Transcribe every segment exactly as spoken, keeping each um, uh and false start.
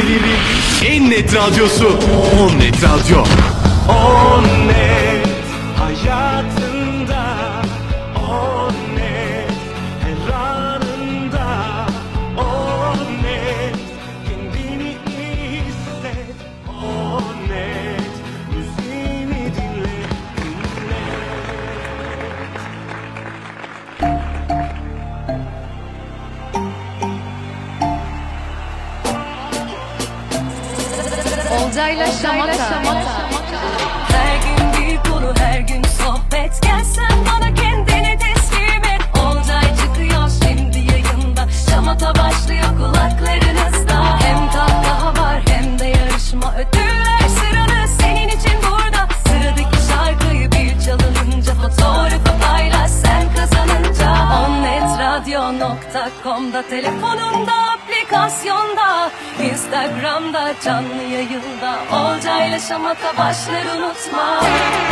Türkiye'lerin en net radyosu On Net Radyo. On Net hayatında, On Net her anında, On Net kendini hisset, On Net müziğini dinle, Olcayla Şamata. Her gün bir konu, her gün sohbet. Gelsen bana kendini teslim et. Olcay çıkıyor şimdi yayında. Şamata başlıyor kulaklarınızda. Hem kahkaha var hem de yarışma. Ödüller sıralı senin için burada. Sıradaki şarkıyı bir çalınınca, fotoğrafı paylaş sen kazanınca. on net radyo nokta com'da, telefonunda, aplikasyonda, Instagram'da, canlı yayında. Olcayla Şamata başlar, unutma.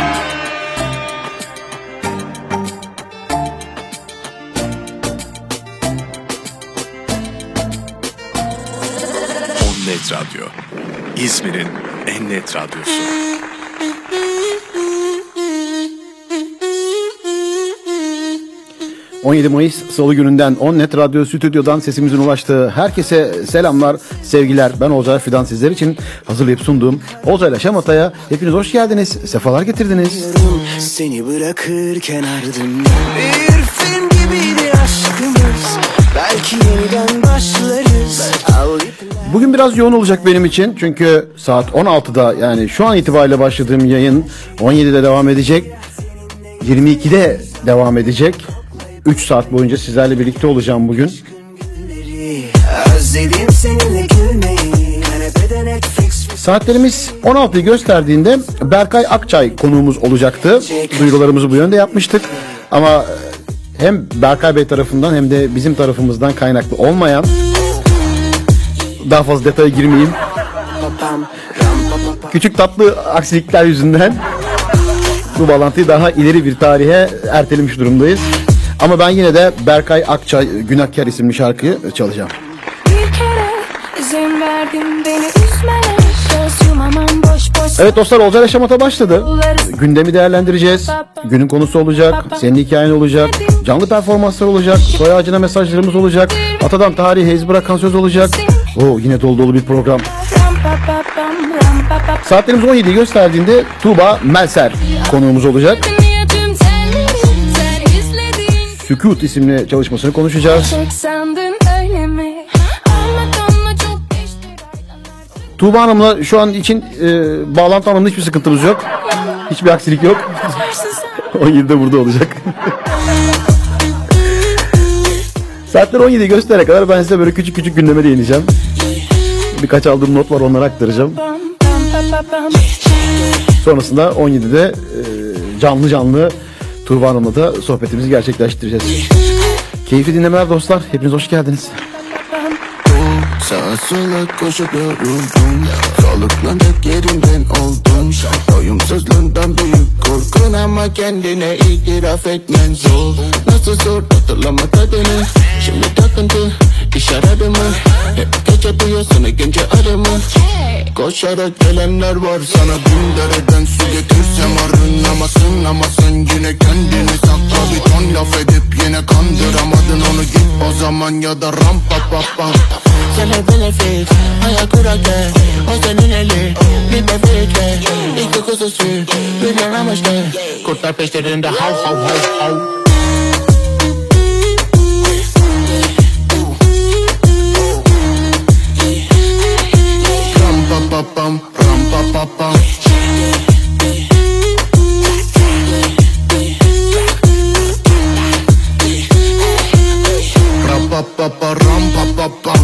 On Net Radyo. İzmir'in en net radyosu. on yedi Mayıs Salı gününden On Net Radyo Stüdyo'dan sesimizin ulaştığı herkese selamlar, sevgiler. Ben Olcay Fidan, sizler için hazırlayıp sunduğum Olcayla Şamata'ya hepiniz hoş geldiniz, sefalar getirdiniz. Seni bırakırken ardından bir film gibiydi aşkımız. Belki yeniden başlarız. Bugün biraz yoğun olacak benim için çünkü saat on altıda, yani şu an itibariyle başladığım yayın on yedide devam edecek, yirmi ikide devam edecek. üç saat boyunca sizlerle birlikte olacağım bugün. Özledim seninle gülmeyi. Saatlerimiz on altıyı gösterdiğinde Berkay Akçay konuğumuz olacaktı. Duyurularımızı bu yönde yapmıştık. Ama hem Berkay Bey tarafından hem de bizim tarafımızdan kaynaklı olmayan, daha fazla detaya girmeyeyim, küçük tatlı aksilikler yüzünden bu bağlantıyı daha ileri bir tarihe ertelemiş durumdayız. Ama ben yine de Berkay Akçay Günahkar isimli şarkıyı çalacağım. Bir kere izin verdim beni üzmene. Söz yumamam boş boş. Evet dostlar, Olcayla Şamata başladı. Gündemi değerlendireceğiz. Günün konusu olacak. Senin hikayen olacak. Canlı performanslar olacak. Soy ağacına mesajlarımız olacak. Atadan tarihe iz bırakan söz olacak. Oo, yine dolu dolu bir program. Saatlerimiz on yediyi gösterdiğinde Tuğba Melser konuğumuz olacak. Sükut isimli çalışmasını konuşacağız. Tuğba Hanım'la şu an için e, bağlantı anlamında hiçbir sıkıntımız yok. Hiçbir aksilik yok. on yedide burada olacak. Saatler on yediyi gösterene kadar ben size böyle küçük küçük gündeme değineceğim. Birkaç aldığım not var, onları aktaracağım. Sonrasında on yedide e, canlı canlı Tuğba Hanım'la da sohbetimizi gerçekleştireceğiz. Keyifli dinlemeler dostlar. Hepiniz hoş geldiniz. Sağa sola koşup yoruldum. Sağlıklanacak yerinden oldum. Doyumsuzluğundan büyük korkun ama kendine itiraf etmen zor. Nasıl zor hatırlama tadını. Şimdi takıntı iş aradı mı? Hep gece duyuyorsun gence arımı. Koşarak gelenler var sana, bin dereden su getirsem arınamasın. Ama sen yine kendini sakla, bir ton laf edip yine kandıramadın onu. Git o zaman ya da ram pa pa pa. Sana benefit, hayal kurarken o senin eli. Bir bebekle, iki kuzusu, bir yaramışlı. Kurtlar peşlerinde hav hav hav hav. Ram pa pa pam, ram pa pa pam. Ram pa pa pa, ram pa pa pam.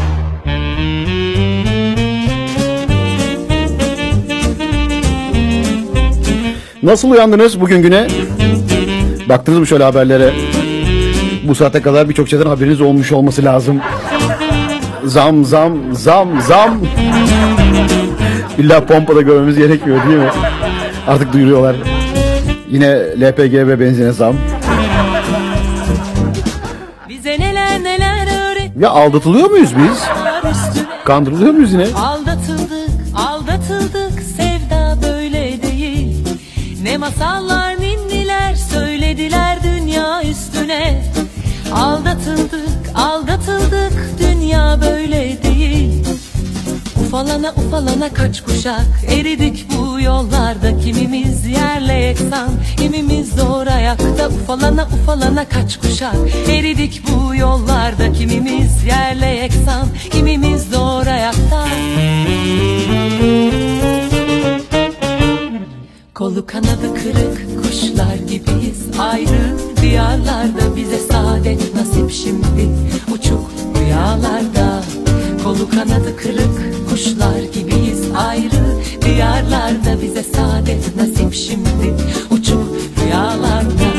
Nasıl uyandınız bugün güne? Baktınız mı şöyle haberlere? Bu saate kadar birçok şeyden haberiniz olmuş olması lazım. Zam zam zam zam. İlla pompada görmemiz gerekmiyor değil mi? Artık duyuruyorlar. Yine L P G ve benzine zam. Bize neler neler öğret. Ya aldatılıyor muyuz biz? Kandırılıyor muyuz yine? Aldatıldık, aldatıldık, sevda böyle değil. Ne masallar, ninniler söylediler dünya üstüne. Aldatıldık, aldatıldık, dünya böyle değil. Ufalana ufalana kaç kuşak eridik bu yollarda. Kimimiz yerle yeksan, kimimiz zor ayakta. Ufalana ufalana kaç kuşak eridik bu yollarda. Kimimiz yerle yeksan, kimimiz zor ayakta. Kolu kanadı kırık kuşlar gibiyiz, ayrı diyarlarda. Bize saadet nasip şimdi, uçuk rüyalarda. Kolu kanadı kırık kuşlar gibiyiz, ayrı diyarlarda. Bize saadet nasip şimdi, uçuk rüyalarda.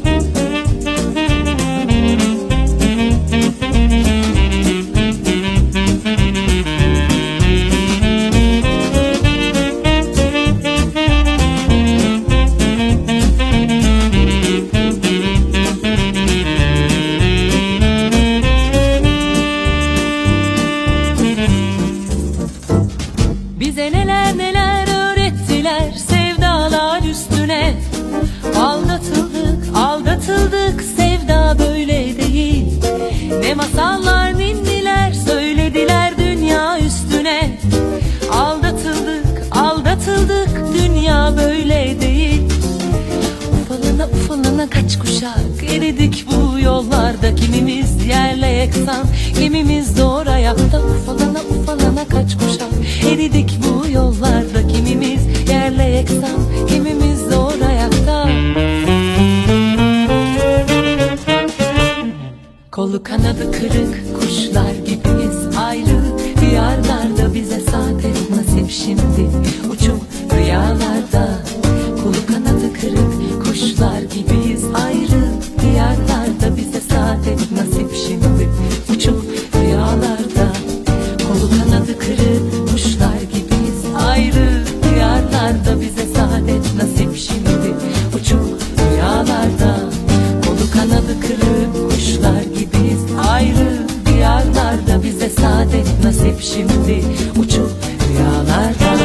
Bize neler neler öğrettiler sevdalar üstüne. Aldatıldık, aldatıldık, sevda böyle değil. Ne masallar, ninniler söylediler dünya üstüne. Aldatıldık, aldatıldık, dünya böyle değil. Ufalana ufalana kaç kuşak eridik bu yollarda. Kimimiz yerle yeksan, kimimiz zor ayakta. Ufalana ufalana kaç kuşak eridik bu yollarda. Kimimiz yerle yeksan, kimimiz zor ayakta. Kolu kanadı kırık kuşlar gibiyiz, ayrı diyarlarda. Bize saadet nasip şimdi, uçuk rüyalarda. Kolu kanadı kırık kuşlar gibiyiz, ayrı diyarlarda. Bize saadet nasip şimdi, uçuk rüyalarda. Kolu kanadı kırık kuşlar gibiyiz, ayrı diyarlarda. Bize saadet nasip şimdi, uçuk rüyalarda. Kolu kanadı kırık kuşlar gibiyiz, ayrı diyarlarda. Bize saadet nasip şimdi, uçuk rüyalarda.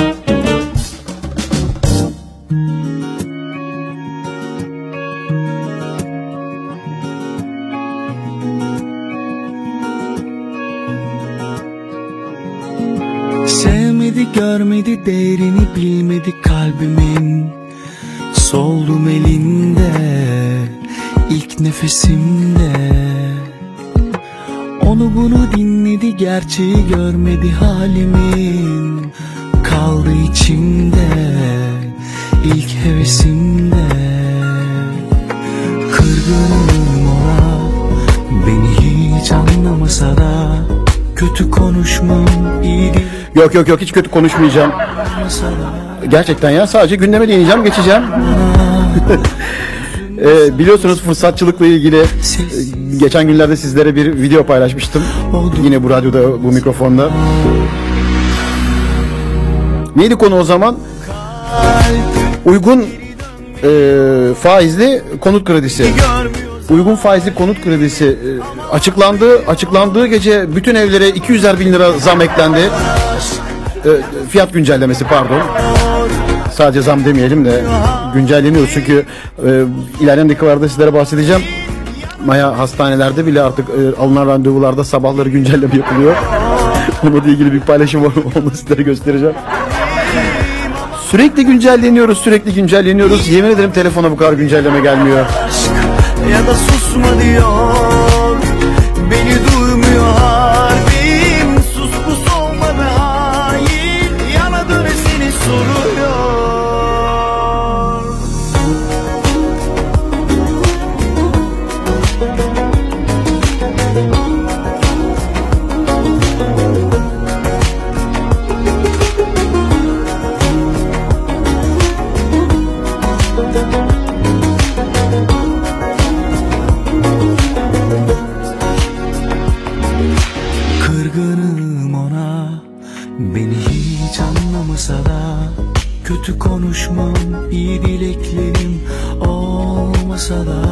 Sevmedi, görmedi, değerini bilmedi kalbimin. Soldum elinde, ilk nefesimde. Onu bunu dinledi, gerçeği görmedi halimin. Kaldı içimde, ilk hevesimde. Kırgınım ona, beni hiç anlamasa da. Kötü konuşmam iyi değil. Yok yok yok, hiç kötü konuşmayacağım. Gerçekten ya, sadece gündeme değineceğim, geçeceğim. Ee, biliyorsunuz fırsatçılıkla ilgili e, geçen günlerde sizlere bir video paylaşmıştım. Yine bu radyoda, bu mikrofonda. Neydi konu o zaman? Uygun e, faizli konut kredisi. Uygun faizli konut kredisi e, açıklandı. Açıklandığı gece bütün evlere iki yüzer bin lira zam eklendi. E, fiyat güncellemesi, pardon. Sadece zam demeyelim de güncelleniyoruz çünkü e, ilerleyen dakikalarda sizlere bahsedeceğim. Maya hastanelerde bile artık e, alınan randevularda sabahları güncelleme yapılıyor. Onunla ilgili bir paylaşım var, onu sizlere göstereceğim. Sürekli güncelleniyoruz, sürekli güncelleniyoruz. Yemin ederim telefona bu kadar güncelleme gelmiyor. Ya da susma diyor, beni duymuyor harbim. Sus pus olma be hain, yana döne seni soruyor. Kırgınım ona, beni hiç anlamasa da. Kötü konuşmam, iyi dileklerim olmasa da.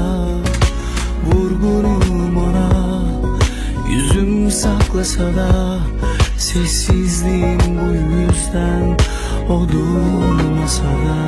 Vurgunum ona, yüzüm saklasa da. Sessizliğim bu yüzden o durmasa da.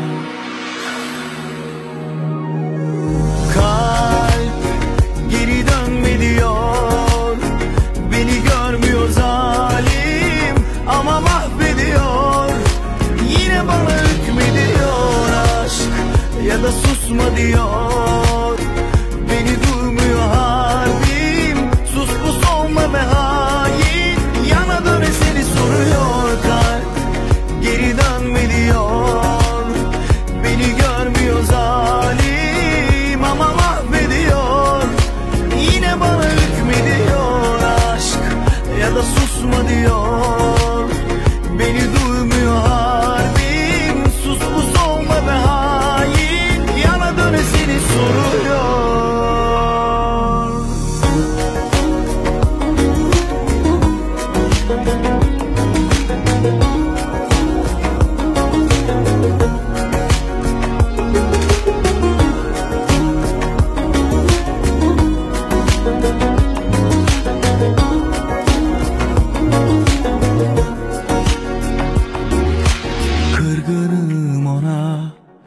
Kalp geri dönme diyor, beni görmüyor zalim ama mahvediyor. Yine bana hükmediyor aşk ya da susma diyor. Beni duymuyor halim, sus pus olma ve hain. Yana döne seni soruyor kalp, geri dönme diyor. Beni görmüyor zalim ama mahvediyor. Yine bana hükmediyor aşk ya da susma diyor. Beni duymuyor harbim, sus pus olma ve hain. Yana döne seni soruyor. Kırgınım ona.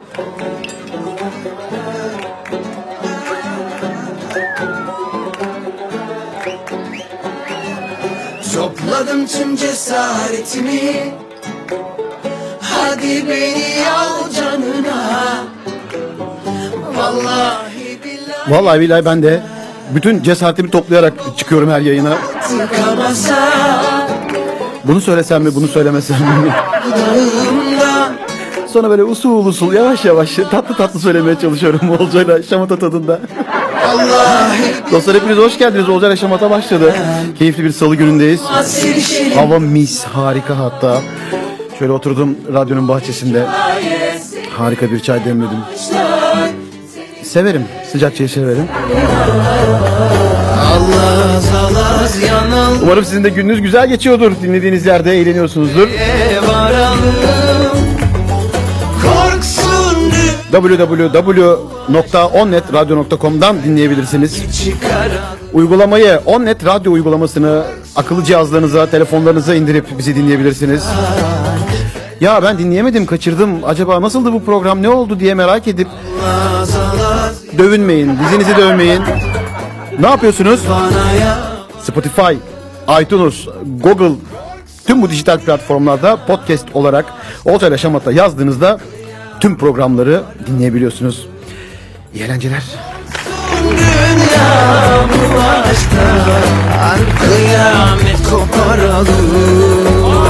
Topladım tüm cesaretimi, hadi beni al canına. Vallahi billahi Vallahi billahi ben de bütün cesaretimi toplayarak çıkıyorum her yayına. tıkamasa Bunu söylesem mi, bunu söylemesem mi? dudağımdan. Sonra böyle usul usul yavaş yavaş tatlı tatlı söylemeye çalışıyorum Olcay'la şamata tadında. Vallahi Dostlar hepiniz hoş geldiniz. Olcay'la şamata başladı. Keyifli bir salı günündeyiz. sevişelim. Hava mis, harika hatta. Şöyle oturdum radyonun bahçesinde. Harika bir çay demledim. Severim, sıcak çayı severim. Alaz alaz yanıl Umarım sizin de gününüz güzel geçiyordur. Dinlediğiniz yerde eğleniyorsunuzdur. varalım. Korksun double-u double-u double-u nokta onnet radyo nokta com'dan dinleyebilirsiniz. çıkaran. Uygulamayı Onnet radyo uygulamasını akıllı cihazlarınıza, telefonlarınıza indirip bizi dinleyebilirsiniz. Ya ben dinleyemedim, kaçırdım. Acaba nasıldı bu program, ne oldu diye merak edip Alaz alaz dövünmeyin, dizinizi dövmeyin. Ne yapıyorsunuz? bana ya. Spotify, iTunes, Google, tüm bu dijital platformlarda podcast olarak Olcay'la Şamata yazdığınızda tüm programları dinleyebiliyorsunuz. İyi eğlenceler. Dünya bu aşktan kıyamet koparalım.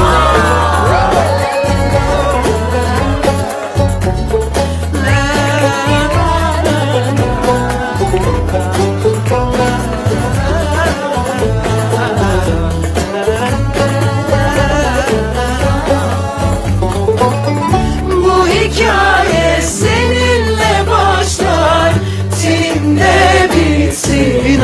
Bu hikaye seninle başlar, seninle bitsin.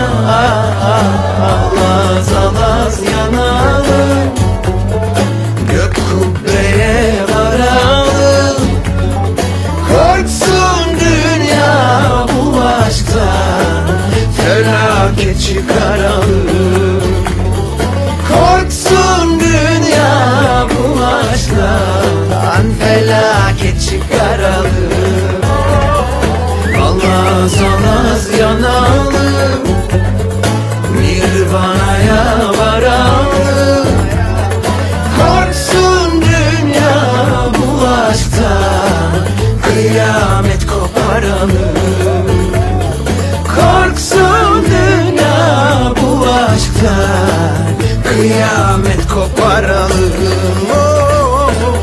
Alaz alaz yanalım, gök kubbeye varalım. Korksun dünya bu aşktan, felaket çıkaralım. Korksun dünya bu aşktan, felaket çıkaralım. Alaz alaz yanalım, Nirvana'ya varalım. Korksun dünya bu aşktan, kıyamet koparalım. Korksun dünya bu aşktan, kıyamet koparalım. Oh, oh, oh.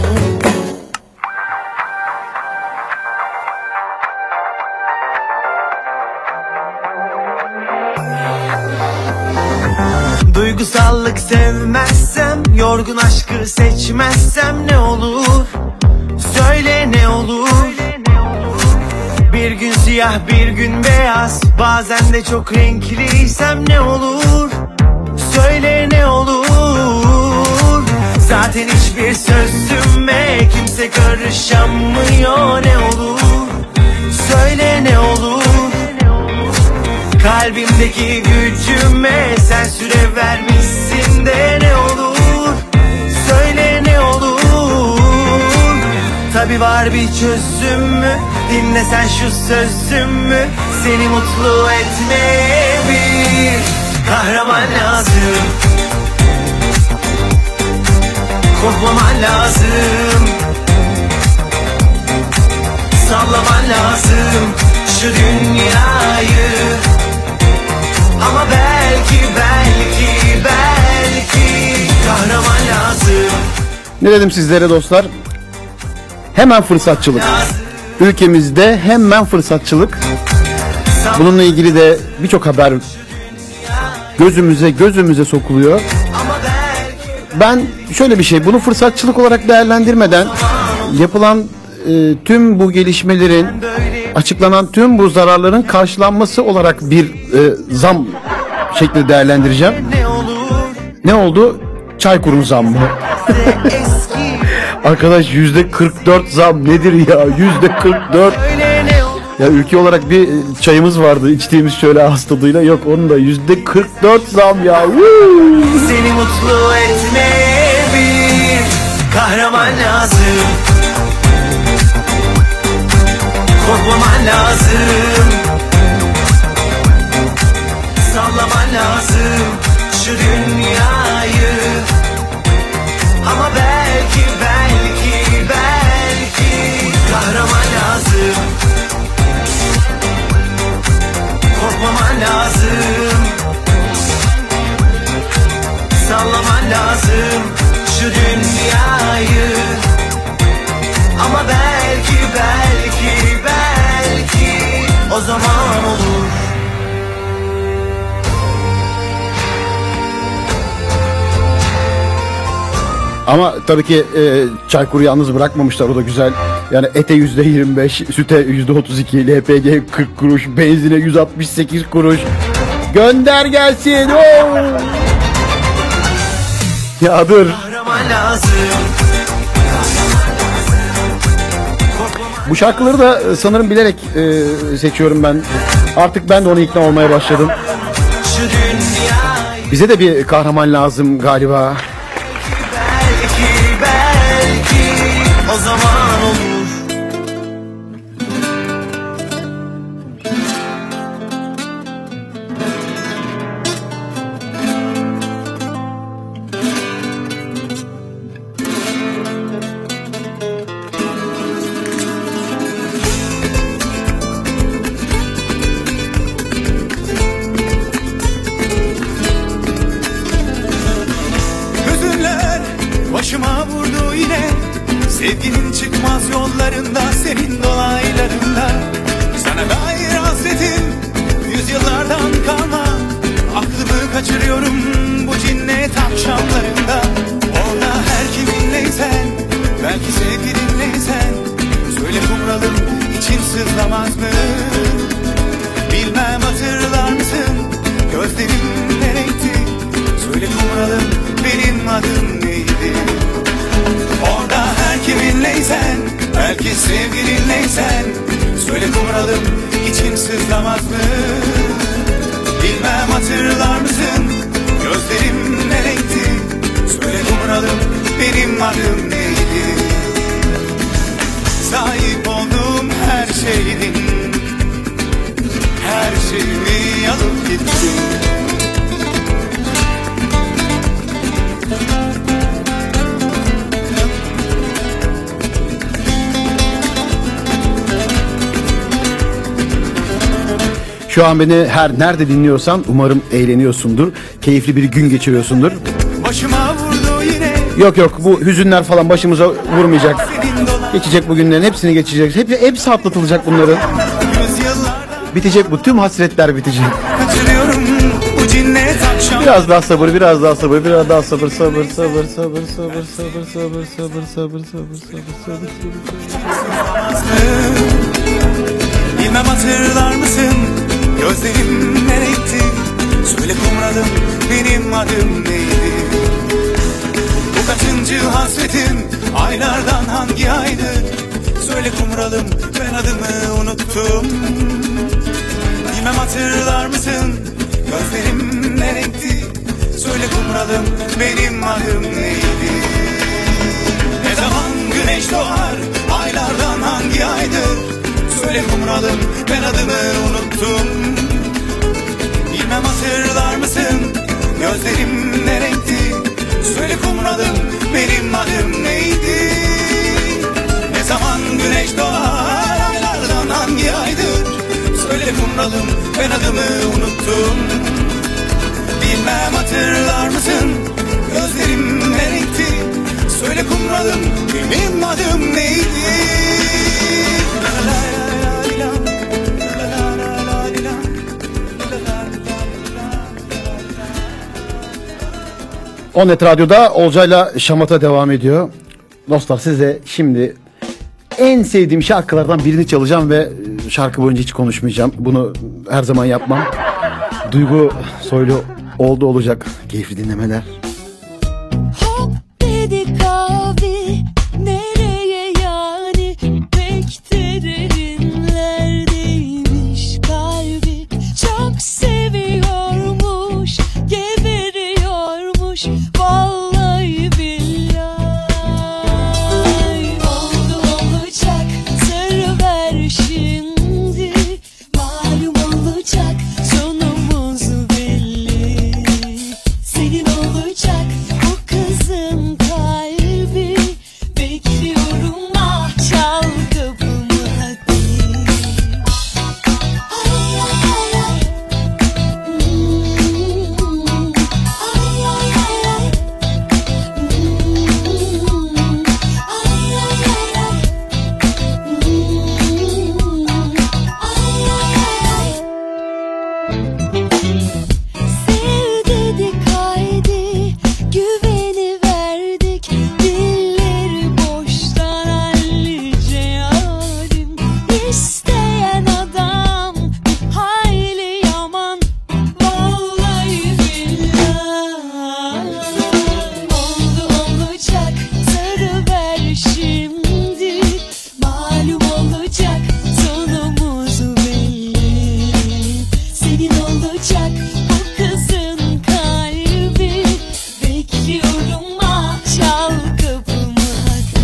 Duygusallık sevmezsem, yorgun aşkı seçmezsem ne olur? Söyle ne olur? Bir gün siyah bir gün beyaz, bazen de çok renkliysem ne olur? Söyle ne olur? Zaten hiçbir sözüme kimse karışamıyor, ne olur? Söyle ne olur? Kalbimdeki gücüme sen süre vermişsin de ne olur? mi var bir çözüm mü? Dinle sen şu sözümü, seni mutlu etmeye bir kahraman lazım. Korkmaman lazım, sallaman lazım şu dünyayı. Ama belki, belki, belki kahraman lazım. Ne dedim sizlere dostlar? Hemen fırsatçılık. Ülkemizde hemen fırsatçılık. Bununla ilgili de birçok haber gözümüze gözümüze sokuluyor. Ben şöyle bir şey, bunu fırsatçılık olarak değerlendirmeden yapılan e, tüm bu gelişmelerin, açıklanan tüm bu zararların karşılanması olarak bir e, zam şeklinde değerlendireceğim. Ne oldu? Çaykur'un zammı. Arkadaş yüzde kırk dört zam nedir ya? Yüzde kırk dört. Ya ülke olarak bir çayımız vardı içtiğimiz şöyle ağız tadıyla, yok onun da yüzde kırk dört zam ya. Woo! Seni mutlu etmeye bir kahraman lazım. Korkmaman lazım, sallaman lazım şu dünyayı. Ama belki, belki, belki kahraman lazım. Korkmaman lazım, sallaman lazım şu dünyayı. Ama belki, belki, belki o zaman olur. Ama tabii ki e, Çaykur'u yalnız bırakmamışlar, o da güzel. Yani ete yüzde yirmi beş, süte yüzde otuz iki, L P G kırk kuruş, benzine yüz altmış sekiz kuruş. Gönder gelsin. Oo! Ya dur. Bu şarkıları da sanırım bilerek e, seçiyorum ben. Artık ben de ona ikna olmaya başladım. Bize de bir kahraman lazım galiba. Belki, belki o zaman olur. Başıma vurdu yine, sevginin çıkmaz yollarında, senin dolaylarında. Sana dair hasretim yüzyıllardan kalma. Aklımı kaçırıyorum bu cinnet akşamlarında. Orada her kiminleysen, belki sevgilinleysen, söyle kumralım için sızlamaz mı? Bilmem hatırlar mısın, gözlerim ne renkti? Söyle kumralım benim adım neydi? Orada her kiminleysen, belki sevgilinleysen, söyle kumralım için sızlamaz mı? Bilmem hatırlar mısın, gözlerim ne renkti? Söyle kumralım benim adım neydi? Sahip olduğum her şeyin, her şeyimi alıp gittin. Şu an beni her nerede dinliyorsan umarım eğleniyorsundur. Keyifli bir gün geçiriyorsundur. Başıma vurdu yine. Yok yok, bu hüzünler falan başımıza vurmayacak. Geçecek bu günlerin hepsini geçecek. Hep, hepsi atlatılacak bunların. Bitecek bu, tüm hasretler bitecek. Biraz daha sabır, biraz daha sabır, biraz daha sabır, sabır, sabır, sabır, sabır, sabır, sabır, sabır, sabır, sabır, sabır, sabır, sabır. Bilmem hatırlar mısın, gözlerim ne renkti? Söyle kumralım benim adım neydi? Bu kaçıncı hasretim, aylardan hangi aydı? Söyle kumralım ben adımı unuttum. Bilmem hatırlar mısın, gözlerim ne renkti? Söyle kumralım benim adım neydi? Ne zaman güneş doğar, aylar kumralım, ben adımı unuttum. Bilmem hatırlar mısın, gözlerim ne renkti? Söyle kumralım, benim adım neydi? Ne zaman güneş doğar, aylardan hangi aydır? Söyle kumralım, ben adımı unuttum. Bilmem hatırlar mısın, gözlerim ne renkti? Söyle kumralım, benim adım neydi? Onnet Radyo'da Olcay'la Şamata devam ediyor. Dostlar, size şimdi en sevdiğim şarkılardan birini çalacağım ve şarkı boyunca hiç konuşmayacağım. Bunu her zaman yapmam. Duygu Soylu oldu olacak. Keyifli dinlemeler. Hop dedik abi, nereye yani? Pek de derinlerdeymiş kalbi. Çok seviyormuş, geberiyormuş. Vallahi billahi oldu olacak. Sır ver şimdi, malum olacak. Sonumuz belli. Senin olacak bu kızın kalbi. Bekliyorum, ah çal kapımı hadi. Ay ay ay ay. Hmm. Ay ay ay ay. Hmm. Ay ay ay ay. Hmm. Ay ay ay ay. Sev dedik haydi, güveni verdik, dilleri boştan hallice yarim. İsteyen adam bir hayli yaman, vallahi billahi oldu olacak. Sarı ver şimdi, malum olacak. Sonumuz belli. Senin olacak bu kızın kalbi. Bekliyorum, ah çal kapımı hadi.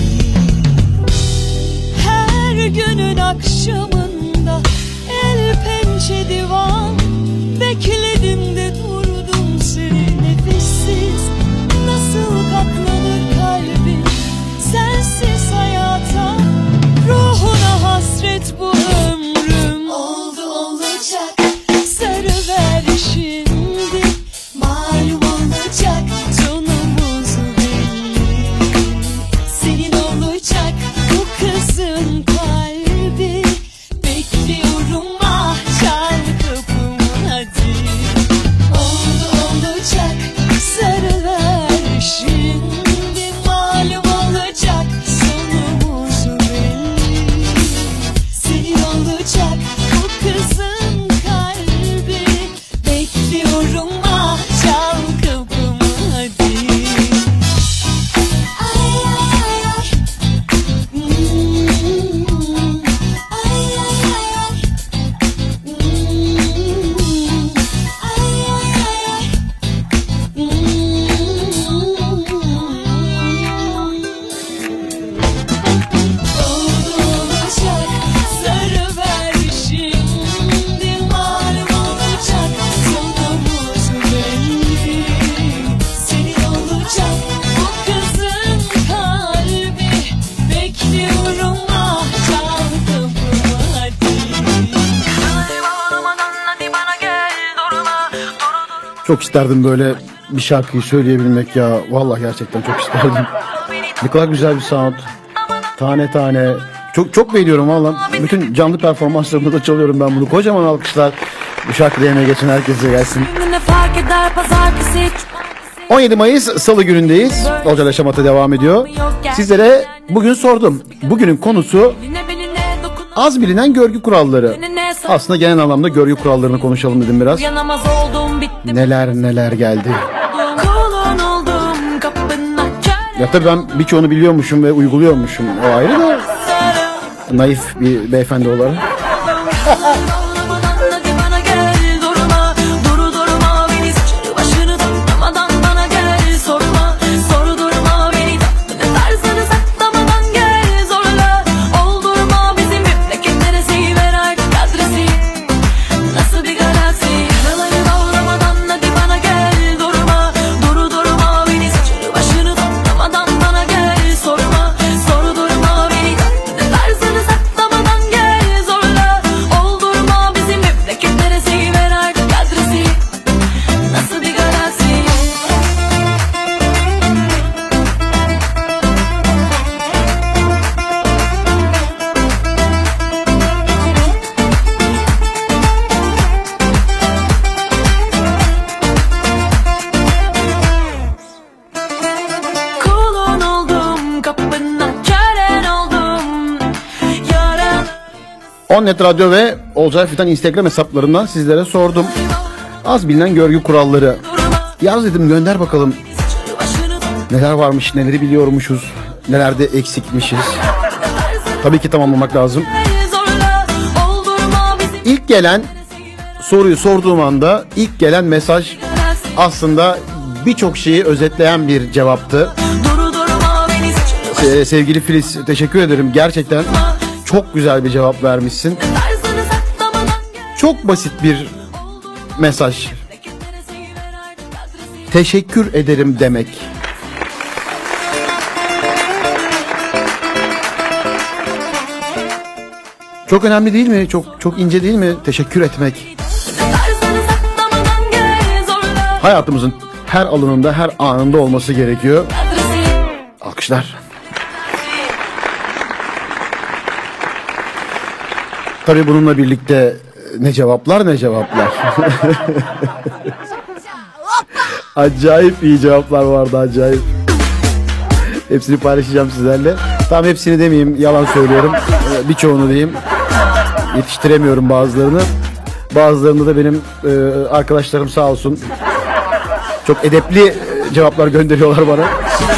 Her günün akşamında el pençe divan. Bekledim de durdum seni nefessiz. Nasıl katlanır kalbim sensiz hayata? Ruhuna hasret bu ömrüm. Oldu olacak. Sarı ver şimdi, malum olacak. Sonumuz belli. Senin olacak bu kızın kalbi. Bekliyorum, ah çal kapımı hadi. Oldu olacak. Sarı ver şimdi, malum olacak. Sonumuz belli. Senin olacak bu kızın kalbi. Bekliyorum, ah çal kapımı hadi. Ay ay ay ay. Hmm. Ay ay ay ay. Hmm. Ay ay ay ay. Oldu olacak. Sarı ver şimdi, malum olacak. Sonumuz belli. Senin olacak bu kızın kalbi. Bekliyorum, ah çal kapımı hadi. Çok isterdim böyle bir şarkıyı söyleyebilmek ya. Vallahi gerçekten çok isterdim. Ne kadar güzel bir sound. Tane tane. Çok çok beğeniyorum valla. Bütün canlı performanslarımda da çalıyorum ben bunu. Kocaman alkışlar. Bu şarkıda emeği geçen herkese gelsin. Ne fark eder pazartesi? on yedi Mayıs Salı günündeyiz. Olcay'la Şamata devam ediyor. Sizlere bugün sordum. Bugünün konusu az bilinen görgü kuralları. Aslında genel anlamda görgü kurallarını konuşalım dedim biraz. Uyanamaz oldum, bitti. Neler neler geldi. Kulun oldum, kapına Ya tabii ben birçoğunu biliyormuşum ve uyguluyormuşum. O ayrı da naif bir beyefendi olarak. Hadi bana gel, durma, duru durma beni, saçını başını toplamadan bana gel, sorma, soru durma beni, ne tarzını saklamadan gel, zorla, oldurma bizim memleket neresi merak Onnet Radyo ve Olcay Fidan Instagram hesaplarından sizlere sordum. Az bilinen görgü kuralları. Yaz dedim, gönder bakalım. Neler varmış, neleri biliyormuşuz, nelerde eksikmişiz. Tabii ki tamamlamak lazım. İlk gelen soruyu sorduğum anda ilk gelen mesaj aslında birçok şeyi özetleyen bir cevaptı. Ee, sevgili Filiz, teşekkür ederim. Gerçekten çok güzel bir cevap vermişsin. Çok basit bir mesaj. Teşekkür ederim demek. Çok önemli değil mi? Çok çok ince değil mi? Teşekkür etmek. Hayatımızın her alanında, her anında olması gerekiyor. Alkışlar. Tabii bununla birlikte ne cevaplar ne cevaplar. Acayip iyi cevaplar vardı, acayip. Hepsini paylaşacağım sizlerle. Tam hepsini demeyeyim, yalan söylüyorum. Birçoğunu diyeyim. Yetiştiremiyorum bazılarını. Bazılarında da benim e, arkadaşlarım sağ olsun çok edepli cevaplar gönderiyorlar bana.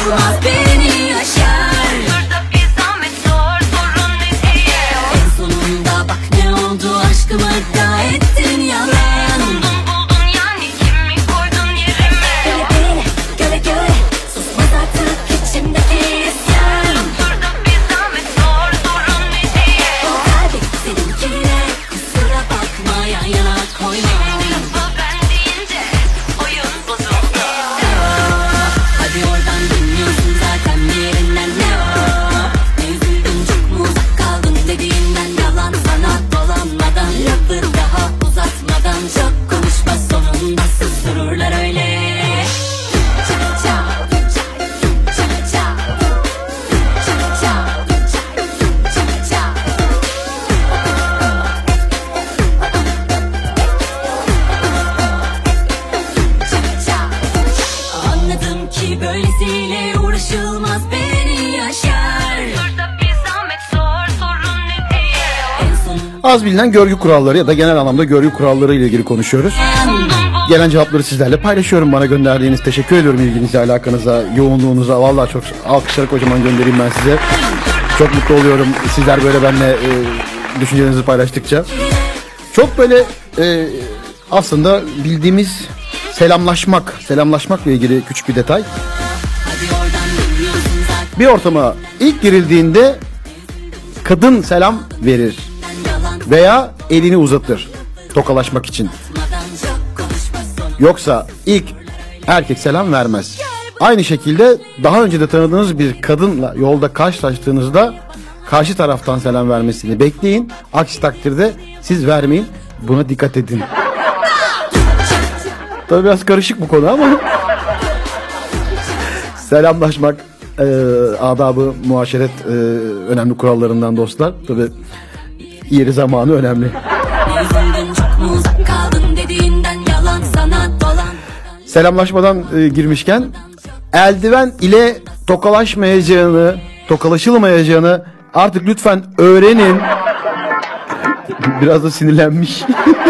Az bilinen görgü kuralları ya da genel anlamda görgü kuralları ile ilgili konuşuyoruz. Gelen cevapları sizlerle paylaşıyorum. Bana gönderdiğiniz, teşekkür ediyorum ilginize, alakanıza, yoğunluğunuza. Vallahi çok alkışları kocaman göndereyim ben size. Çok mutlu oluyorum sizler böyle benimle e, düşüncelerinizi paylaştıkça. Çok böyle e, aslında bildiğimiz selamlaşmak, selamlaşmakla ilgili küçük bir detay. Bir ortama ilk girildiğinde kadın selam verir veya elini uzatır tokalaşmak için. Yoksa ilk erkek selam vermez. Aynı şekilde daha önce de tanıdığınız bir kadınla yolda karşılaştığınızda karşı taraftan selam vermesini bekleyin. Aksi takdirde siz vermeyin. Buna dikkat edin. Tabii biraz karışık bu konu ama selamlaşmak e, adabı muaşeret e, önemli kurallarından dostlar. Tabii yeri zamanı önemli. Selamlaşmadan e, girmişken eldiven ile tokalaşmayacağını, tokalaşılmayacağını artık lütfen öğrenin. Biraz da sinirlenmiş.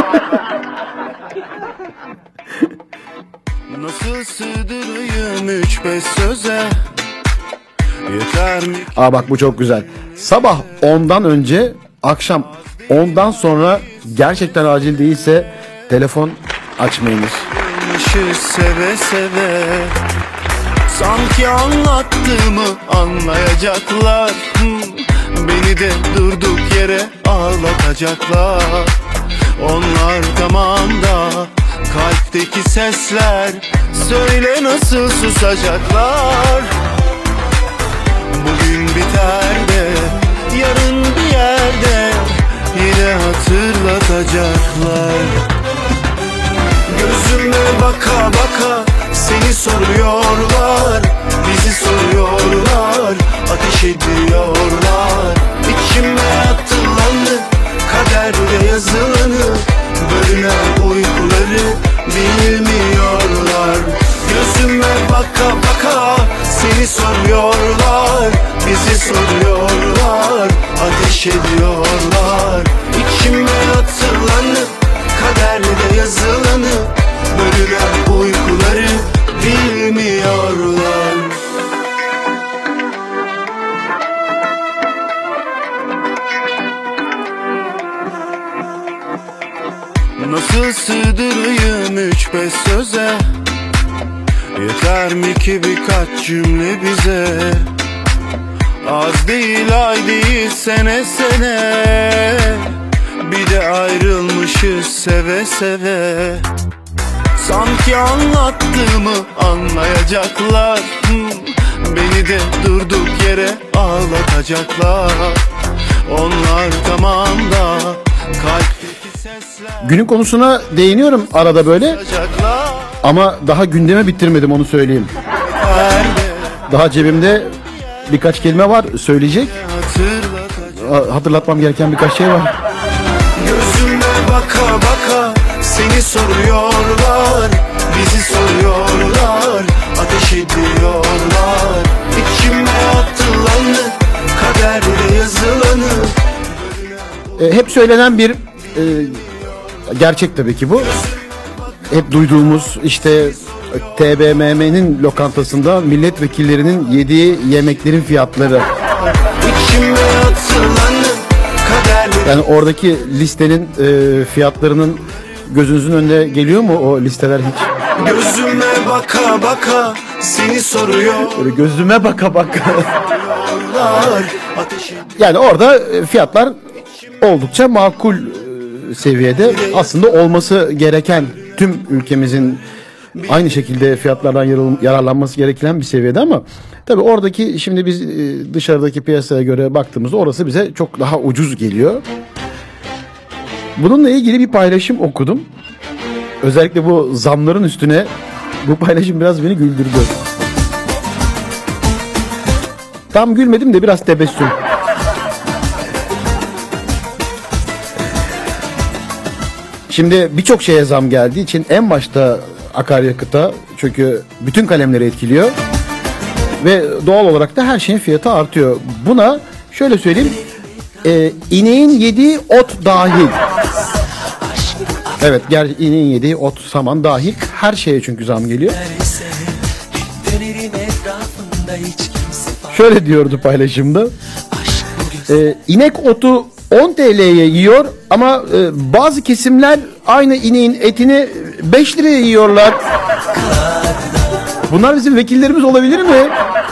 Nasıl sığdırayım üç beş söze? Yeter mi? Aa bak bu çok güzel. Sabah ondan önce, akşam ondan sonra gerçekten acil değilse telefon açmayınız. Seve seve sanki anlattığımı anlayacaklar. Beni de durduk yere ağlatacaklar. Onlar tamam da kalpteki sesler söyle nasıl susacaklar? Bugün biter de yarın bir yerde yine hatırlatacaklar. Gözüme baka baka seni soruyorlar, bizi soruyorlar, ateş ediyorlar. İçime atılanı, kaderde yazılanı, bölünen uykuları bilmiyorlar. Gözüme baka baka seni soruyorlar, bizi soruyorlar, ateş ediyorlar. Nasıl sığdırayım üç beş söze? Yeter mi ki birkaç cümle bize? Az değil ay değil sene sene, bir de ayrılmışız seve seve. Sanki anlattığımı anlayacaklar, hmm, beni de durduk yere ağlatacaklar. Onlar tamam da kalpteki sesler. Günün konusuna değiniyorum arada böyle. Ama daha gündeme bitirmedim, onu söyleyeyim. Daha cebimde birkaç kelime var söyleyecek. Hatırlatmam gereken birkaç şey var. Gözüme baka baka seni soruyorlar, bizi soruyorlar, ateş ediyorlar. İçime atılanı, kaderde yazılanı. E, hep söylenen bir e, gerçek tabii ki bu. Hep duyduğumuz işte T B M M'nin lokantasında milletvekillerinin yediği yemeklerin fiyatları. İçime atılanı, kaderde. Yani oradaki listenin e, fiyatlarının gözünüzün önüne geliyor mu o listeler hiç? Gözüme baka baka seni soruyor. Böyle gözüme baka baka. Ateş Yani orada fiyatlar oldukça makul e, seviyede. Aslında olması gereken, tüm ülkemizin aynı şekilde fiyatlardan yararlanması gereken bir seviyede, ama tabii oradaki, şimdi biz e, dışarıdaki piyasaya göre baktığımızda orası bize çok daha ucuz geliyor. Bununla ilgili bir paylaşım okudum. Özellikle bu zamların üstüne bu paylaşım biraz beni güldürdü. Tam gülmedim de biraz tebessüm. Şimdi birçok şeye zam geldiği için en başta akaryakıta, çünkü bütün kalemleri etkiliyor ve doğal olarak da her şeyin fiyatı artıyor. Buna şöyle söyleyeyim, e, ineğin yediği ot dahil. Evet, ger ineğin yediği ot, saman dahil her şeye çünkü zam geliyor. Şöyle diyordu paylaşımda. E, inek otu on T L'ye yiyor ama e, bazı kesimler aynı ineğin etini beş liraya yiyorlar. Bunlar bizim vekillerimiz olabilir mi?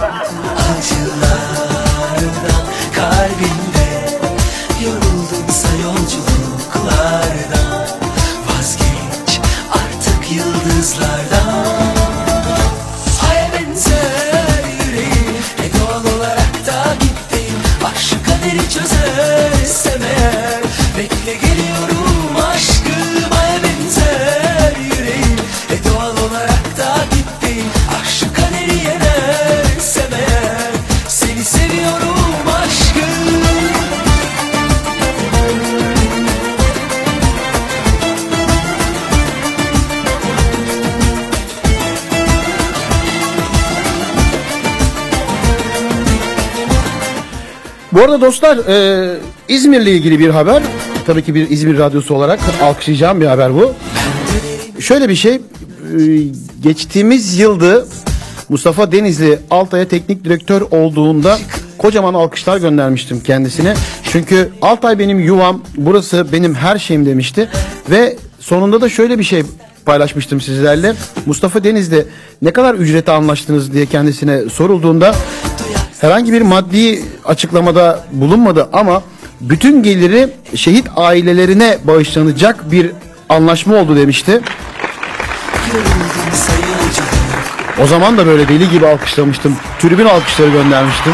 Bu arada dostlar, e, İzmir'le ilgili bir haber. Tabii ki bir İzmir radyosu olarak alkışlayacağım bir haber bu. Şöyle bir şey, e, geçtiğimiz yılda Mustafa Denizli Altay'a teknik direktör olduğunda kocaman alkışlar göndermiştim kendisine. Çünkü Altay benim yuvam, burası benim her şeyim demişti. Ve sonunda da şöyle bir şey paylaşmıştım sizlerle. Mustafa Denizli ne kadar ücrete anlaştınız diye kendisine sorulduğunda herhangi bir maddi açıklamada bulunmadı ama bütün geliri şehit ailelerine bağışlanacak bir anlaşma oldu demişti. O zaman da böyle deli gibi alkışlamıştım. Tribün alkışları göndermiştim.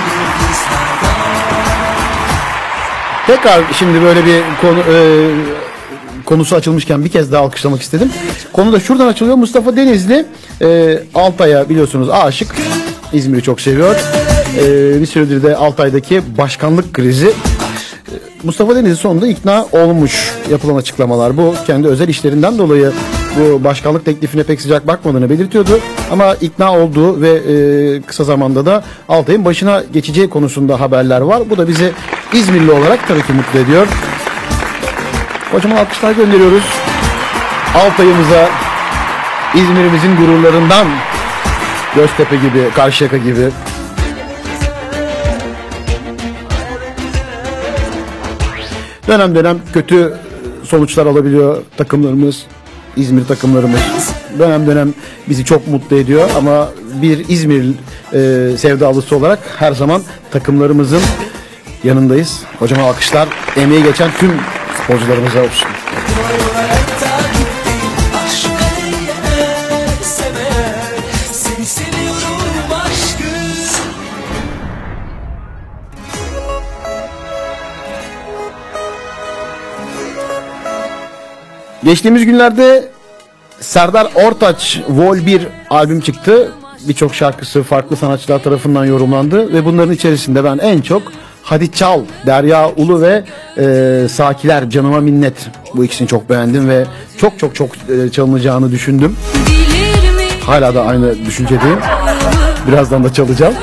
Tekrar şimdi böyle bir konu, e, konusu açılmışken bir kez daha alkışlamak istedim. Konu da şuradan açılıyor. Mustafa Denizli e, Altay'a biliyorsunuz aşık. İzmir'i çok seviyor. Ee, bir süredir de Altay'daki başkanlık krizi. Ee, Mustafa Denizli sonunda ikna olmuş, yapılan açıklamalar bu. Kendi özel işlerinden dolayı bu başkanlık teklifine pek sıcak bakmadığını belirtiyordu. Ama ikna olduğu ve e, kısa zamanda da Altay'ın başına geçeceği konusunda haberler var. Bu da bizi İzmirli olarak tabii ki mutlu ediyor. Kocaman alkışlar gönderiyoruz Altay'ımıza, İzmir'imizin gururlarından, Göztepe gibi, Karşıyaka gibi. Dönem dönem kötü sonuçlar alabiliyor takımlarımız. İzmir takımlarımız dönem dönem bizi çok mutlu ediyor ama bir İzmir e, sevdalısı olarak her zaman takımlarımızın yanındayız. Kocaman alkışlar emeği geçen tüm sporcularımıza olsun. Geçtiğimiz günlerde Serdar Ortaç Vol bir albüm çıktı. Birçok şarkısı farklı sanatçılar tarafından yorumlandı ve bunların içerisinde ben en çok Hadi Çal, Derya Ulu ve e, Sakiler Canıma Minnet, bu ikisini çok beğendim ve çok çok çok e, çalınacağını düşündüm. Hala da aynı düşüncedeyim. Birazdan da çalacağım.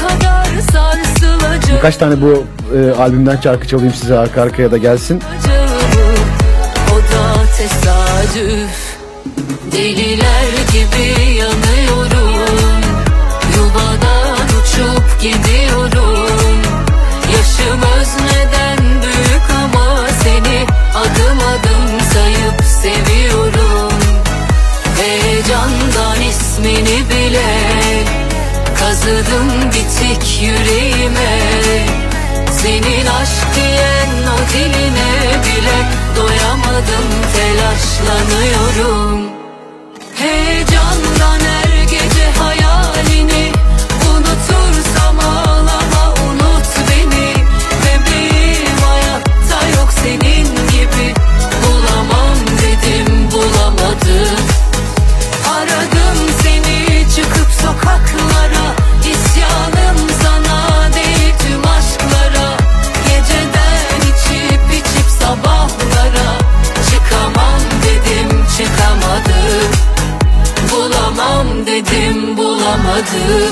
Birkaç tane bu e, albümden şarkı çalayım size arka arkaya da gelsin. O da tesadüf, deliler gibi yanıyorum, yuvadan uçup gidiyorum. Yaşım özneden büyük ama seni adım adım sayıp seviyorum. Heyecandan ismini bile kazıdım bitik yüreğime. Senin aşk diyen o diline bile doyamadım, telaşlanıyorum. Heyecandan her gece hayalini unutursam ağlama, unut beni. Bebeğim hayatta yok senin gibi, bulamam dedim bulamadım. Aradım seni çıkıp sokaklara, isyanım sana değil tüm aşklara. Geceden içip içip sabahlara, çıkamam dedim çıkamadım, bulamam dedim bulamadım.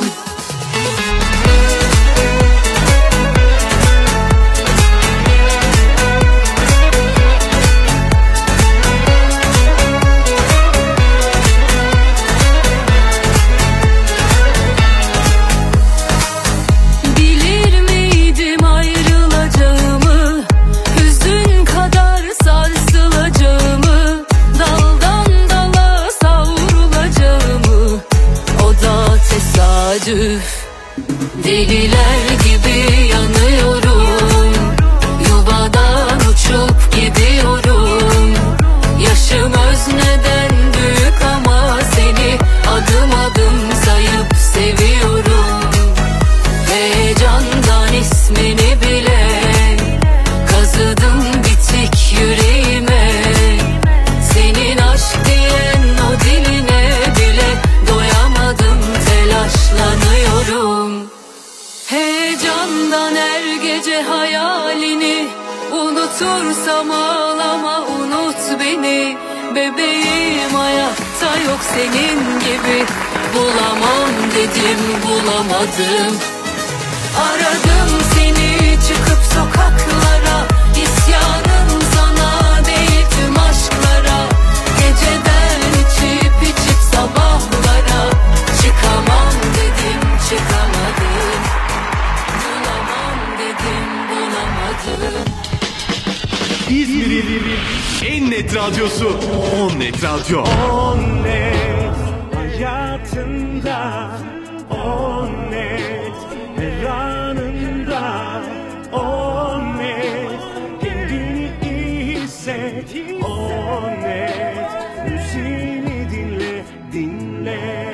Bilir miydim ayrılacağımı, hüzün kadar sarsılacağımı, daldan dala savrulacağımı. O da tesadüf, deliler gibi yanıyorum, yuvadan uçup gidiyorum. Yaşım özneden büyük ama seni adım adım sayıp seviyorum. Heyecandan ismini bile kazıdım bitik yüreğime. Senin aşk diyen o diline bile doyamadım, telaşlanıyorum. Heyecandan her gece hayalini unutursam ağlama, unut beni. Bebeğim hayatta yok senin gibi, bulamam dedim bulamadım. Aradım seni çıkıp sokaklara, isyanım sana değil tüm aşklara. Geceden içip içip sabahlara, çıkamam dedim çıkamadım, bulamam dedim bulamadım. İzmir'in en net radyosu On Net Radyo. On net hayatında, on net her anında, on net kendini iyi hisset, on net müziğini dinle, dinle.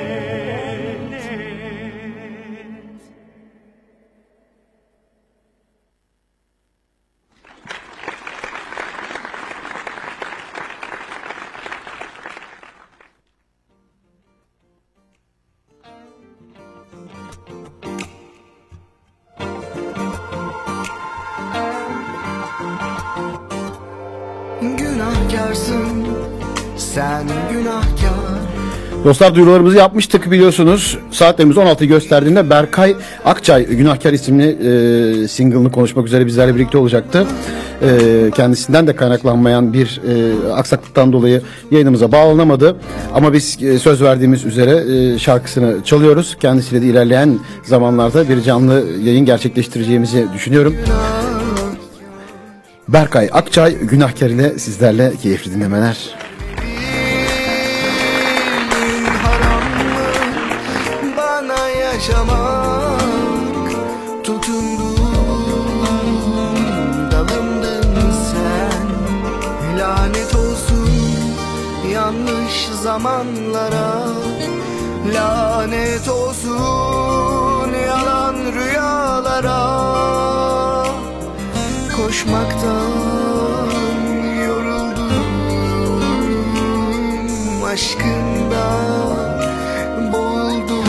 Günahkarsın sen, günahkar. Dostlar, duyurularımızı yapmıştık biliyorsunuz. Saatlerimiz on altı gösterdiğinde Berkay Akçay Günahkar isimli e, single'ını konuşmak üzere bizlerle birlikte olacaktı. E, kendisinden de kaynaklanmayan bir e, aksaklıktan dolayı yayınımıza bağlanamadı. Ama biz e, söz verdiğimiz üzere e, şarkısını çalıyoruz. Kendisiyle de ilerleyen zamanlarda bir canlı yayın gerçekleştireceğimizi düşünüyorum. Berkay Akçay Günahkar ile sizlerle keyifli dinlemeler. yaşamak. Tutundum dalımdın sen. Lanet olsun yanlış zamanlara. Lanet olsun yalan rüyalara. Koşmaktan yoruldum, aşkında boğuldum.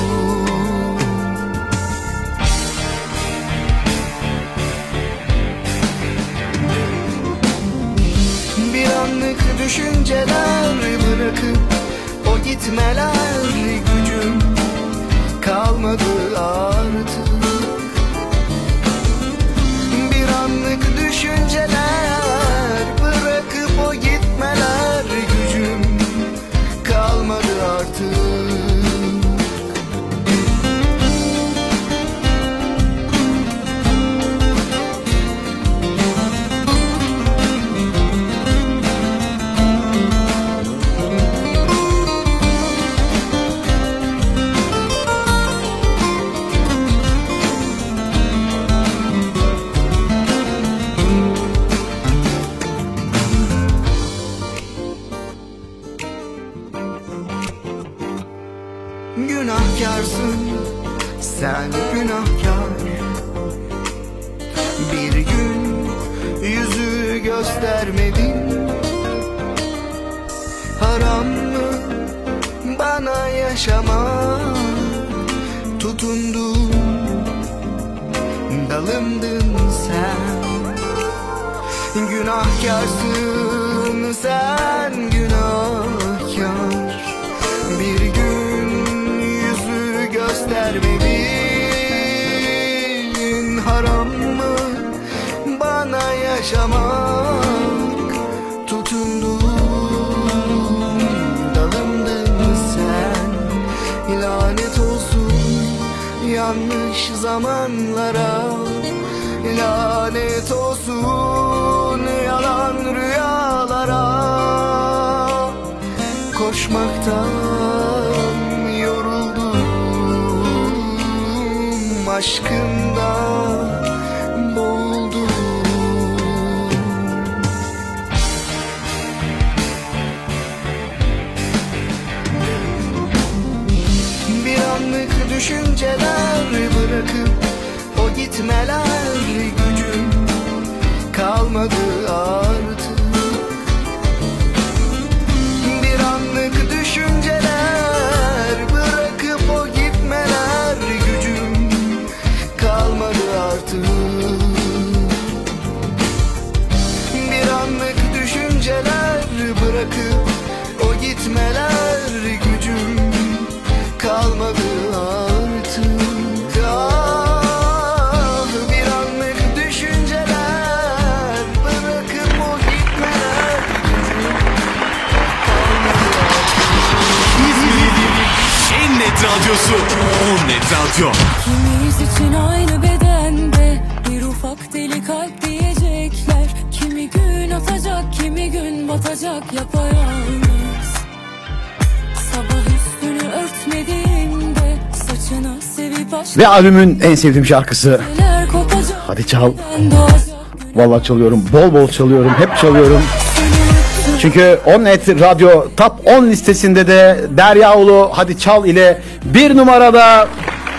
Bir anlık düşünceler bırakıp o gitmeler, gücüm kalmadı artık. Bir anlık düşünceler bırakıp o gitmeler, gücüm kalmadı artık. Günahkarsın sen, günahkar. Bir gün yüzü göstermedin. Haram mı bana yaşamak? Tutundum dalımdın sen. Günahkarsın sen, günahkar. Bir gün yüzü göstermedin. Haram mı bana yaşamak? Tutundum dalımdın sen. Lanet olsun yanlış zamanlara. Lanet olsun yalan rüyalara. Koşmaktan yoruldum, aşkında boğuldum. Bir anlık düşünceler bırakıp o gitmeler, gücüm kalmadı artık. Bir anlık düşünceler bırakıp o gitmeler, gücüm kalmadı artık. Bir anlık düşünceler bırakıp o gitmeler, gücüm kalmadı artık. Ah, bir anlık düşünceler bırakıp o gitmeler, İzmir'in en net radyosu on net radyo. Kimiz için aynı bedende bir ufak deli kalp diyecekler. Kimi gün atacak, kimi gün batacak yapayalnız. Sabah üstünü örtmediğimde saçını sevip aşk Ve albümün en sevdiğim şarkısı. Hadi çal. Vallahi çalıyorum, bol bol çalıyorum, hep çalıyorum. Çünkü on net radyo top on listesinde de Deryaoğlu Hadi Çal ile bir numarada.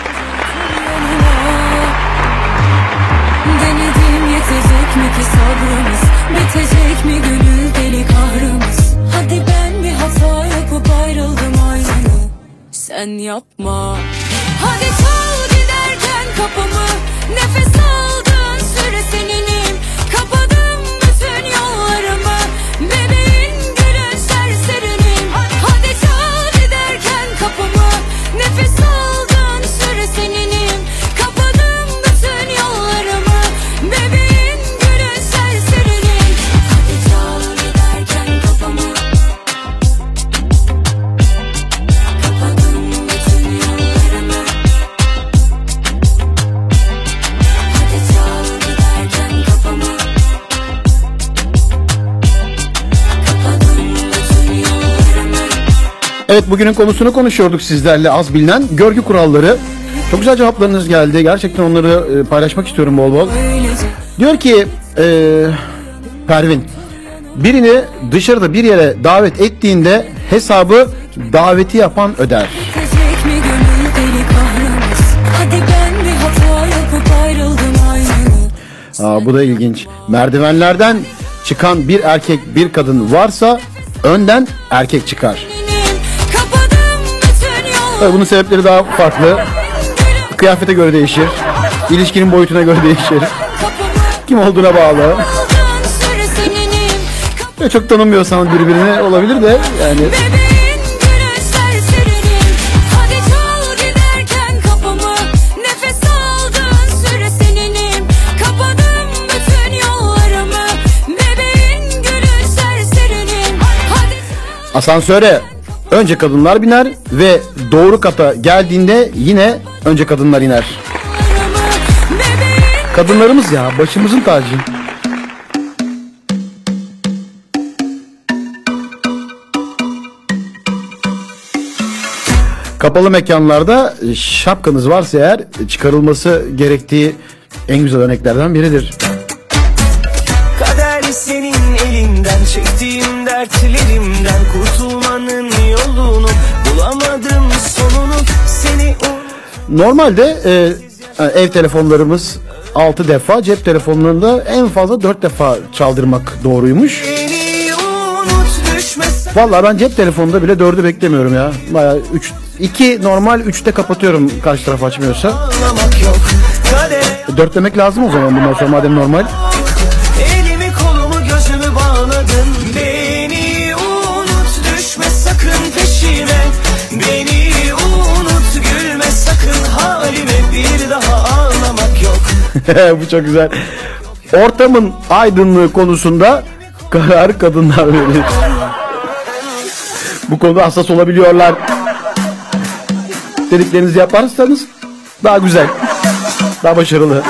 Denedim, yetecek mi ki sabrımız? Bitecek mi gönül deli kahrımız? Hadi ben bir hata yapıp ayrıldım aynı. Sen yapma. Hadi çal giderken kapımı. Nefes aldığın süre seninim. Kapadım bütün yollarımı. Bebeğin gülün serserinim. Hadi çal giderken kapımı. Nefes aldığın süre seninim. Kapadım bütün yollarımı. Bebeğin gülün serserinim. Hadi çal giderken kapımı. Kapadım bütün yollarımı. Hadi çal giderken kapımı. Kapadım bütün yollarımı. Evet, bugünün konusunu konuşuyorduk sizlerle, az bilinen görgü kuralları. Çok güzel cevaplarınız geldi. Gerçekten onları paylaşmak istiyorum bol bol. Diyor ki e, Pervin, birini dışarıda bir yere davet ettiğinde hesabı daveti yapan öder. Aa, bu da ilginç. Merdivenlerden çıkan bir erkek bir kadın varsa önden erkek çıkar. Tabii bunun sebepleri daha farklı. Kıyafete göre değişir. İlişkinin boyutuna göre değişir. Kim olduğuna bağlı. Ve çok tanımıyorsanız birbirini olabilir de yani. Asansöre önce kadınlar biner ve doğru kata geldiğinde yine önce kadınlar iner. Kadınlarımız ya, başımızın tacı. Kapalı mekanlarda şapkanız varsa eğer çıkarılması gerektiği en güzel örneklerden biridir. Kader senin elinden, çektiğim dertlerimden kurtulmanın yolunu bulamadım sonunu seni. Normalde e, ev telefonlarımız altı defa, cep telefonlarında en fazla dört defa çaldırmak doğruymuş. Vallahi ben cep telefonunda bile dördü beklemiyorum ya. Bayağı üç, iki normal, üçte kapatıyorum karşı taraf açmıyorsa. Dört demek lazım o zaman bundan sonra madem normal. Elimi kolumu gözümü bağladın. Beni unut, düşme sakın peşime. Beni unut, gülme sakın halime. Bir daha ağlamak yok. Bu çok güzel. Ortamın aydınlığı konusunda karar kadınlar verir. Bu konuda hassas olabiliyorlar. Dediklerinizi yaparsanız daha güzel, daha başarılı.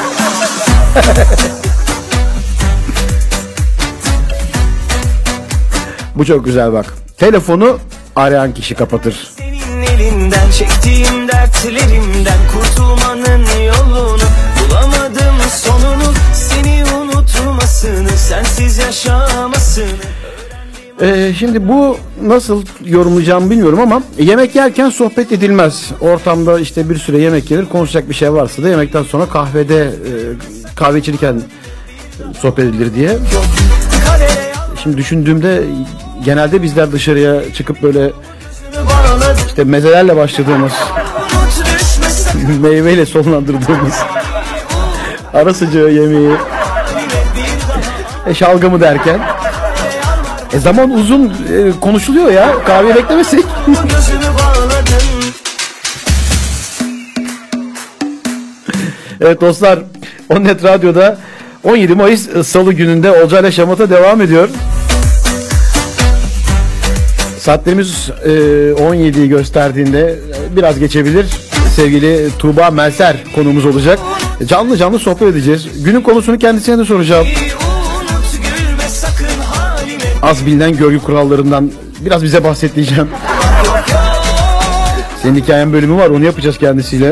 Bu çok güzel bak. Telefonu arayan kişi kapatır. Senin elinden çektiğim dertlerimden kurtulmanın yolunu bulamadım sonunu, seni unutmasını, sensiz yaşamasını. Ee, şimdi bu nasıl yorumlayacağımı bilmiyorum ama yemek yerken sohbet edilmez. Ortamda işte bir süre yemek yenir, konuşacak bir şey varsa da yemekten sonra kahvede e, kahve içirken sohbet edilir diye. Şimdi düşündüğümde genelde bizler dışarıya çıkıp böyle işte mezelerle başladığımız, meyveyle sonlandırdığımız ara sıcağı yemeği, e, şalgamı derken e zaman uzun e, konuşuluyor ya, kahve beklemesek. Evet dostlar, Onnet Radyo'da on yedi Mayıs Salı gününde Olcay'la Şamata devam ediyor. Saatlerimiz e, on yediyi gösterdiğinde biraz geçebilir. Sevgili Tuğba Melser konuğumuz olacak. Canlı canlı sohbet edeceğiz. Günün konusunu kendisine de soracağım. Az bilinen görgü kurallarından biraz bize bahset diyeceğim. Senin hikayen bölümü var, onu yapacağız kendisiyle.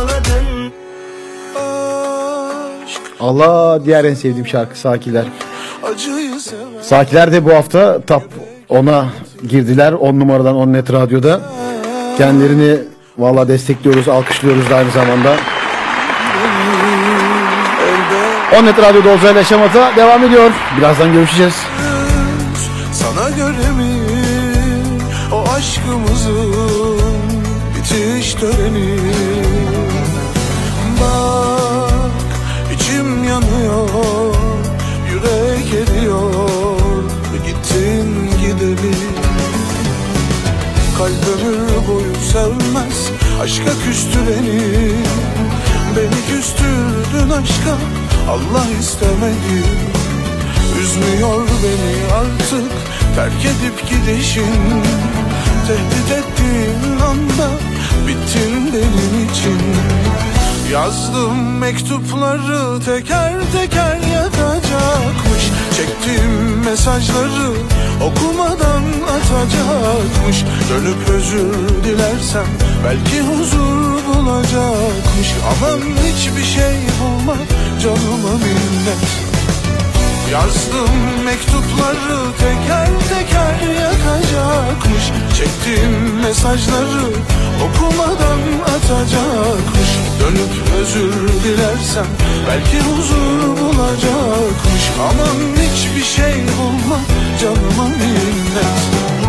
Allah, diğer en sevdiğim şarkı Sakiler. Sakiler de bu hafta Top ona girdiler. on numaradan Onnet Radyo'da. Kendilerini vallahi destekliyoruz, alkışlıyoruz da aynı zamanda. Onnet Radyo'da Olcay'la Şamata devam ediyor. Birazdan görüşeceğiz. Sana göre mi o aşkımızın bitiş töreni? Bak içim yanıyor, yürek eriyor, gittin gideli. Kalp ömür boyu sevmez aşka küstüreni. Beni küstürdün aşka, Allah istemedi. Üzmüyor beni artık terk edip gidişin. Tehdit ettiğin anda bittin benim için. Yazdım mektupları teker teker yakacakmış. Çektiğim mesajları okumadan atacakmış. Dönüp özür dilersem belki huzur bulacakmış. Aman hiçbir şey bulma, canıma minnet. Yazdım mektupları teker teker yakacakmış. Çektiğim mesajları okumadan atacakmış. Dönüp özür dilersem belki huzur bulacakmış. Aman hiçbir şey bulma, canıma minnet.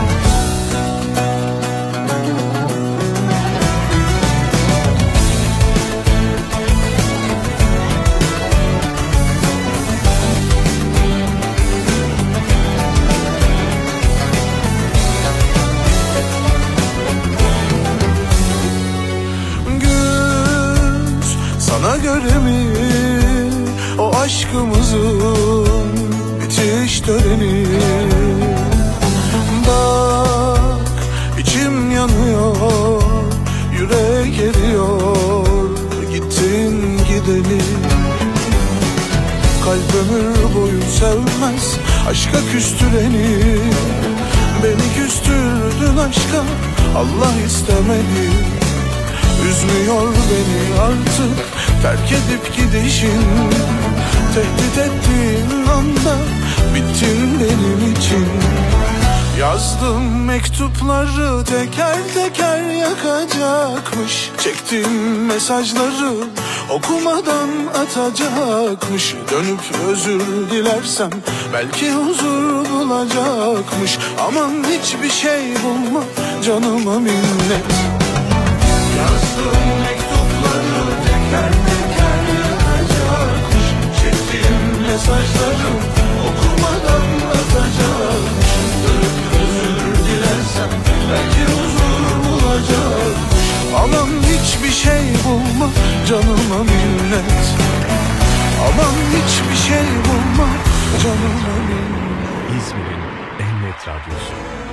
Sana göre mi o aşkımızın bitiş töreni? Bak içim yanıyor, yürek eriyor, gittin gideli. Kalp ömür boyu sevmez aşka küstüreni. Beni küstürdün aşka, Allah istemedi. Üzmüyor beni artık terk edip gidişin. Tehdit ettiğin anda bittin benim için. Yazdım mektupları teker teker yakacakmış. Çektiğim mesajları okumadan atacakmış. Dönüp özür dilersem belki huzur bulacakmış. Aman hiçbir şey bulma, canıma minnet. Yazdım mektupları teker teker yakacakmış. Çektiğim mesajları okumadan atacakmış. Dönüp özür dilersem belki huzur bulacakmış. Aman hiçbir şey bulma, canıma minnet. Aman hiçbir şey bulma, canıma minnet. İzmir'in en net radyosu.